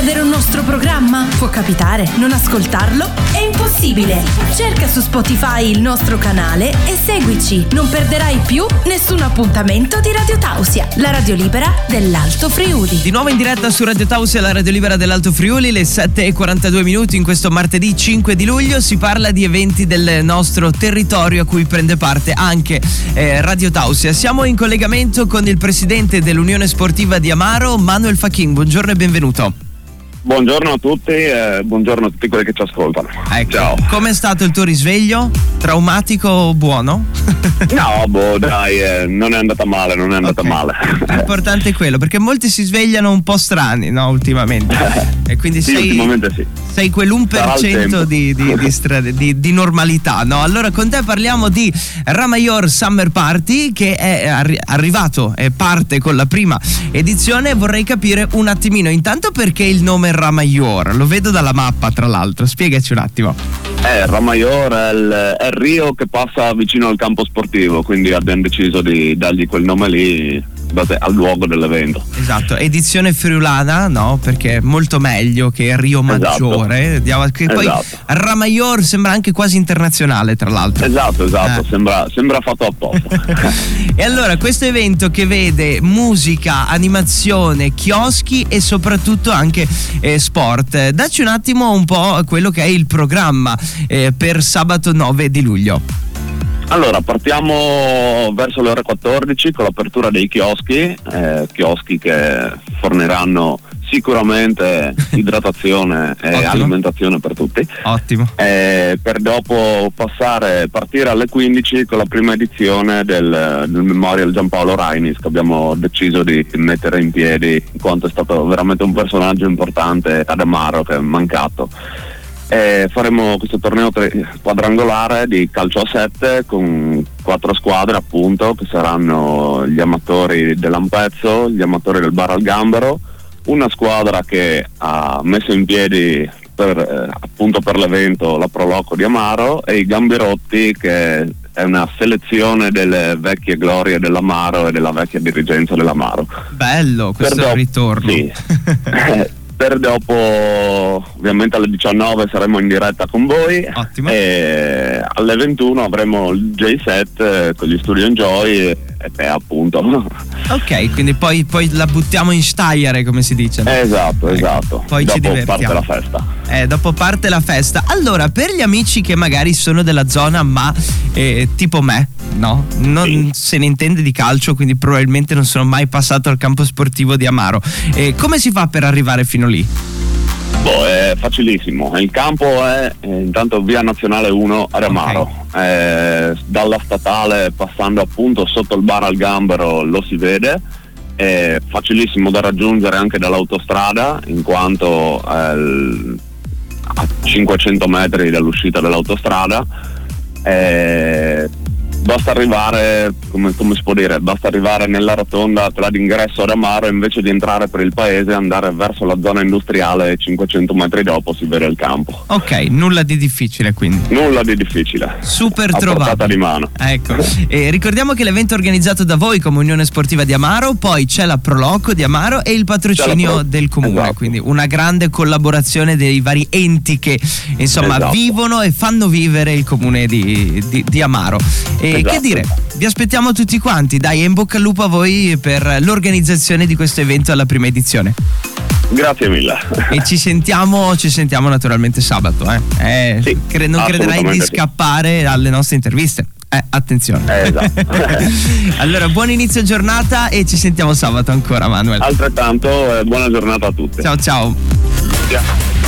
perdere un nostro programma? Può capitare. Non ascoltarlo? È impossibile. Cerca su Spotify il nostro canale e seguici. Non perderai più nessun appuntamento di Radio Tausia, la radio libera dell'Alto Friuli. Di nuovo in diretta su Radio Tausia, la radio libera dell'Alto Friuli, le 7:42 in questo martedì 5 di luglio. Si parla di eventi del nostro territorio a cui prende parte anche Radio Tausia. Siamo in collegamento con il presidente dell'Unione Sportiva di Amaro, Manuel Fachin. Buongiorno e benvenuto. Buongiorno a tutti e buongiorno a tutti quelli che ci ascoltano. Ecco. Ciao. Com'è stato il tuo risveglio? Traumatico o buono? No, dai, non è andata male, male. L'importante è quello, perché molti si svegliano un po' strani, no, ultimamente. E quindi sì, ultimamente sì. Sei quell'1% di normalità, no? Allora con te parliamo di Ramayor Summer Party, che è arrivato, è parte con la prima edizione. Vorrei capire un attimino, intanto, perché il nome Ramayor? Lo vedo dalla mappa, tra l'altro. Spiegaci un attimo. Ramayor è il rio che passa vicino al campo sportivo, quindi abbiamo deciso di dargli quel nome lì al luogo dell'evento. Esatto, edizione friulana, no? Perché è molto meglio che Rio Maggiore. Poi Ramayor sembra anche quasi internazionale, tra l'altro. Esatto, sembra fatto apposta. E allora questo evento che vede musica, animazione, chioschi e soprattutto anche sport. Dacci un attimo un po' quello che è il programma per sabato 9 di luglio. Allora, partiamo verso le ore 14 con l'apertura dei chioschi che forniranno sicuramente idratazione e alimentazione per tutti. Ottimo. Per dopo partire alle 15 con la prima edizione del Memorial Giampaolo Rainis, che abbiamo deciso di mettere in piedi in quanto è stato veramente un personaggio importante ad Amaro che è mancato. Faremo questo torneo quadrangolare di calcio a 7 con 4 squadre, appunto, che saranno gli amatori dell'Ampezzo, gli amatori del Bar al Gambero, una squadra che ha messo in piedi appunto per l'evento la Proloco di Amaro, e i Gamberotti, che è una selezione delle vecchie glorie dell'Amaro e della vecchia dirigenza dell'Amaro. Bello questo ritorno. Sì. Per dopo, ovviamente alle 19 saremo in diretta con voi. Ottimo. E alle 21 avremo il J7 con gli Studio Enjoy e appunto. Ok, quindi poi la buttiamo in stagliare, come si dice. Esatto. Poi dopo ci divertiamo. Parte la festa. Dopo parte la festa. Allora, per gli amici che magari sono della zona ma tipo me, no? Non se ne intende di calcio, quindi probabilmente non sono mai passato al campo sportivo di Amaro. Come si fa per arrivare fino lì? È facilissimo. Il campo è intanto via Nazionale 1 ad Amaro. Okay. Dalla statale, passando appunto sotto il Bar al Gambero, lo si vede. È facilissimo da raggiungere anche dall'autostrada, in quanto a 500 metri dall'uscita dell'autostrada. Basta arrivare, come si può dire, basta arrivare nella rotonda d'ingresso ad Amaro, invece di entrare per il paese, andare verso la zona industriale, 500 metri dopo si vede il campo. Ok, nulla di difficile quindi. Nulla di difficile. Super trovato. Portata di mano. Ecco. Ricordiamo che l'evento è organizzato da voi come Unione Sportiva di Amaro, poi c'è la Proloco di Amaro e il patrocinio del comune, esatto. Quindi una grande collaborazione dei vari enti che insomma vivono e fanno vivere il comune di Amaro. Che dire, vi aspettiamo tutti quanti, dai, in bocca al lupo a voi per l'organizzazione di questo evento alla prima edizione. Grazie mille. E ci sentiamo naturalmente sabato, Sì, non crederai di scappare alle nostre interviste. Attenzione. Esatto. Allora, buon inizio giornata e ci sentiamo sabato ancora, Manuel. Altrettanto, buona giornata a tutti. Ciao. Yeah.